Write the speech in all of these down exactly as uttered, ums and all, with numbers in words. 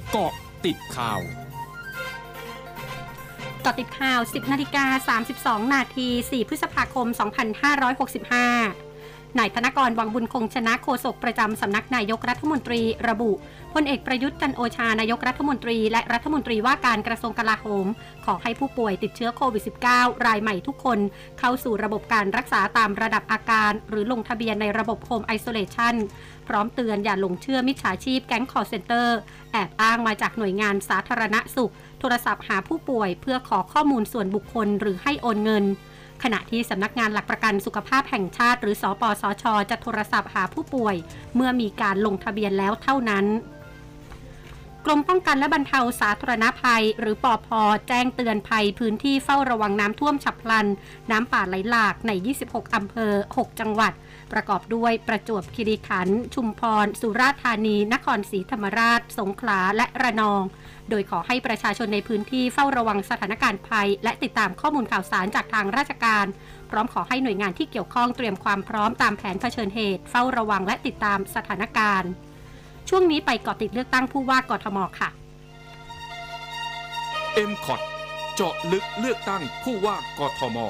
เกาะติดข่าวเกาะติดข่าว สิบนาฬิกาสามสิบสองนาที สี่พฤษภาคม สองพันห้าร้อยหกสิบห้านายธนกร วังบุญคงชนะโฆษกประจำสำนักนายกรัฐมนตรีระบุพลเอกประยุทธ์จันทร์โอชานายกรัฐมนตรีและรัฐมนตรีว่าการกระทรวงกลาโหมขอให้ผู้ป่วยติดเชื้อโควิด สิบเก้า รายใหม่ทุกคนเข้าสู่ระบบการรักษาตามระดับอาการหรือลงทะเบียนในระบบโฮมไอโซเลชันพร้อมเตือนอย่าหลงเชื่อมิจฉาชีพแก๊งคอลเซ็นเตอร์แอบอ้างมาจากหน่วยงานสาธารณสุขโทรศัพท์หาผู้ป่วยเพื่อขอข้อมูลส่วนบุคคลหรือให้โอนเงินขณะที่สำนักงานหลักประกันสุขภาพแห่งชาติหรือสปสช.จะโทรศัพท์หาผู้ป่วยเมื่อมีการลงทะเบียนแล้วเท่านั้นกรมป้องกันและบรรเทาสาธารณภัยหรือปภ.แจ้งเตือนภัยพื้นที่เฝ้าระวังน้ำท่วมฉับพลันน้ำป่าไหลหลากในยี่สิบหกอำเภอหกจังหวัดประกอบด้วยประจวบคีรีขันธ์ชุมพรสุราษฎร์ธานีนครศรีธรรมราชสงขลาและระนองโดยขอให้ประชาชนในพื้นที่เฝ้าระวังสถานการณ์ภัยและติดตามข้อมูลข่าวสารจากทางราชการพร้อมขอให้หน่วยงานที่เกี่ยวข้องเตรียมความพร้อมตามแผนเผชิญเหตุเฝ้าระวังและติดตามสถานการณ์ช่วงนี้ไปเกาะติดเลือกตั้งผู้ว่ากทมค่ะเอ็ม คอท เจาะลึกเลือกตั้งผู้ว่ากทม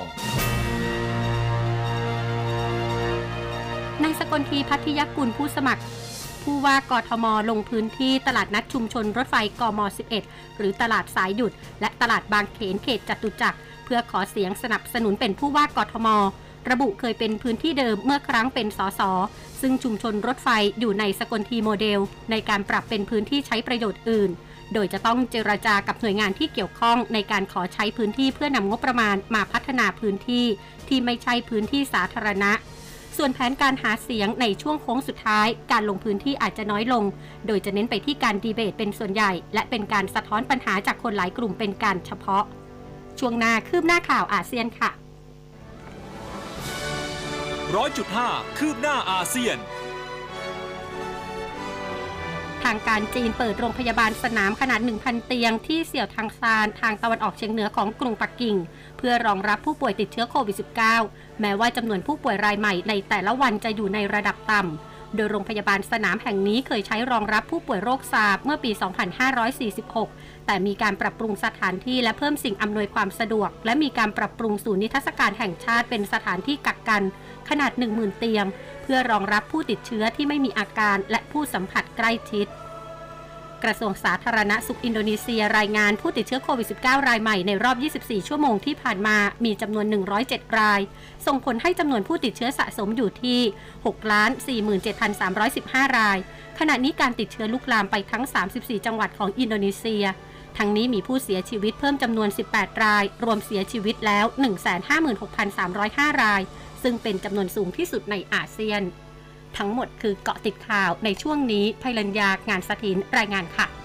นายสกลทีพัทยกุลผู้สมัครผู้ว่ากทมลงพื้นที่ตลาดนัดชุมชนรถไฟกมสิบเอ็ดหรือตลาดสายหยุดและตลาดบางเขนเขตจตุจักรเพื่อขอเสียงสนับสนุนเป็นผู้ว่ากทมระบุเคยเป็นพื้นที่เดิมเมื่อครั้งเป็นสสซึ่งชุมชนรถไฟอยู่ในสกลทีโมเดลในการปรับเป็นพื้นที่ใช้ประโยชน์อื่นโดยจะต้องเจรจากับหน่วยงานที่เกี่ยวข้องในการขอใช้พื้นที่เพื่อนำงบประมาณมาพัฒนาพื้นที่ที่ไม่ใช่พื้นที่สาธารณะส่วนแผนการหาเสียงในช่วงโค้งสุดท้ายการลงพื้นที่อาจจะน้อยลงโดยจะเน้นไปที่การดีเบตเป็นส่วนใหญ่และเป็นการสะท้อนปัญหาจากคนหลายกลุ่มเป็นการเฉพาะช่วงหน้าคืบหน้าข่าวอาเซียนค่ะร้อยจุดห้าคืบหน้าอาเซียนทางการจีนเปิดโรงพยาบาลสนามขนาด หนึ่งพัน เตียงที่เสี่ยวทางซานทางตะวันออกเฉียงเหนือของกรุงปักกิ่งเพื่อรองรับผู้ป่วยติดเชื้อโควิด สิบเก้า แม้ว่าจำนวนผู้ป่วยรายใหม่ในแต่ละวันจะอยู่ในระดับต่ำโดยโรงพยาบาลสนามแห่งนี้เคยใช้รองรับผู้ป่วยโรคซาร์สเมื่อปี สองพันห้าร้อยสี่สิบหก แต่มีการปรับปรุงสถานที่และเพิ่มสิ่งอำนวยความสะดวกและมีการปรับปรุงศูนย์นิทรรศการแห่งชาติเป็นสถานที่กักกันขนาด หนึ่งหมื่น เตียงเพื่อรองรับผู้ติดเชื้อที่ไม่มีอาการและผู้สัมผัสใกล้ชิดกระทรวงสาธารณสุขอินโดนีเซียรายงานผู้ติดเชื้อโควิด สิบเก้า รายใหม่ในรอบ ยี่สิบสี่ ชั่วโมงที่ผ่านมามีจำนวน หนึ่งร้อยเจ็ด รายส่งผลให้จำนวนผู้ติดเชื้อสะสมอยู่ที่ หกล้าน สี่หมื่นเจ็ดพันสามร้อยสิบห้า รายขณะนี้การติดเชื้อลุกลามไปทั้ง สามสิบสี่ จังหวัดของอินโดนีเซียทั้งนี้มีผู้เสียชีวิตเพิ่มจำนวน สิบแปด รายรวมเสียชีวิตแล้ว หนึ่งแสนห้าหมื่นหกพันสามร้อยห้า รายซึ่งเป็นจำนวนสูงที่สุดในอาเซียนทั้งหมดคือเกาะติดข่าวในช่วงนี้ภัยรัญญางานสถินรายงานค่ะ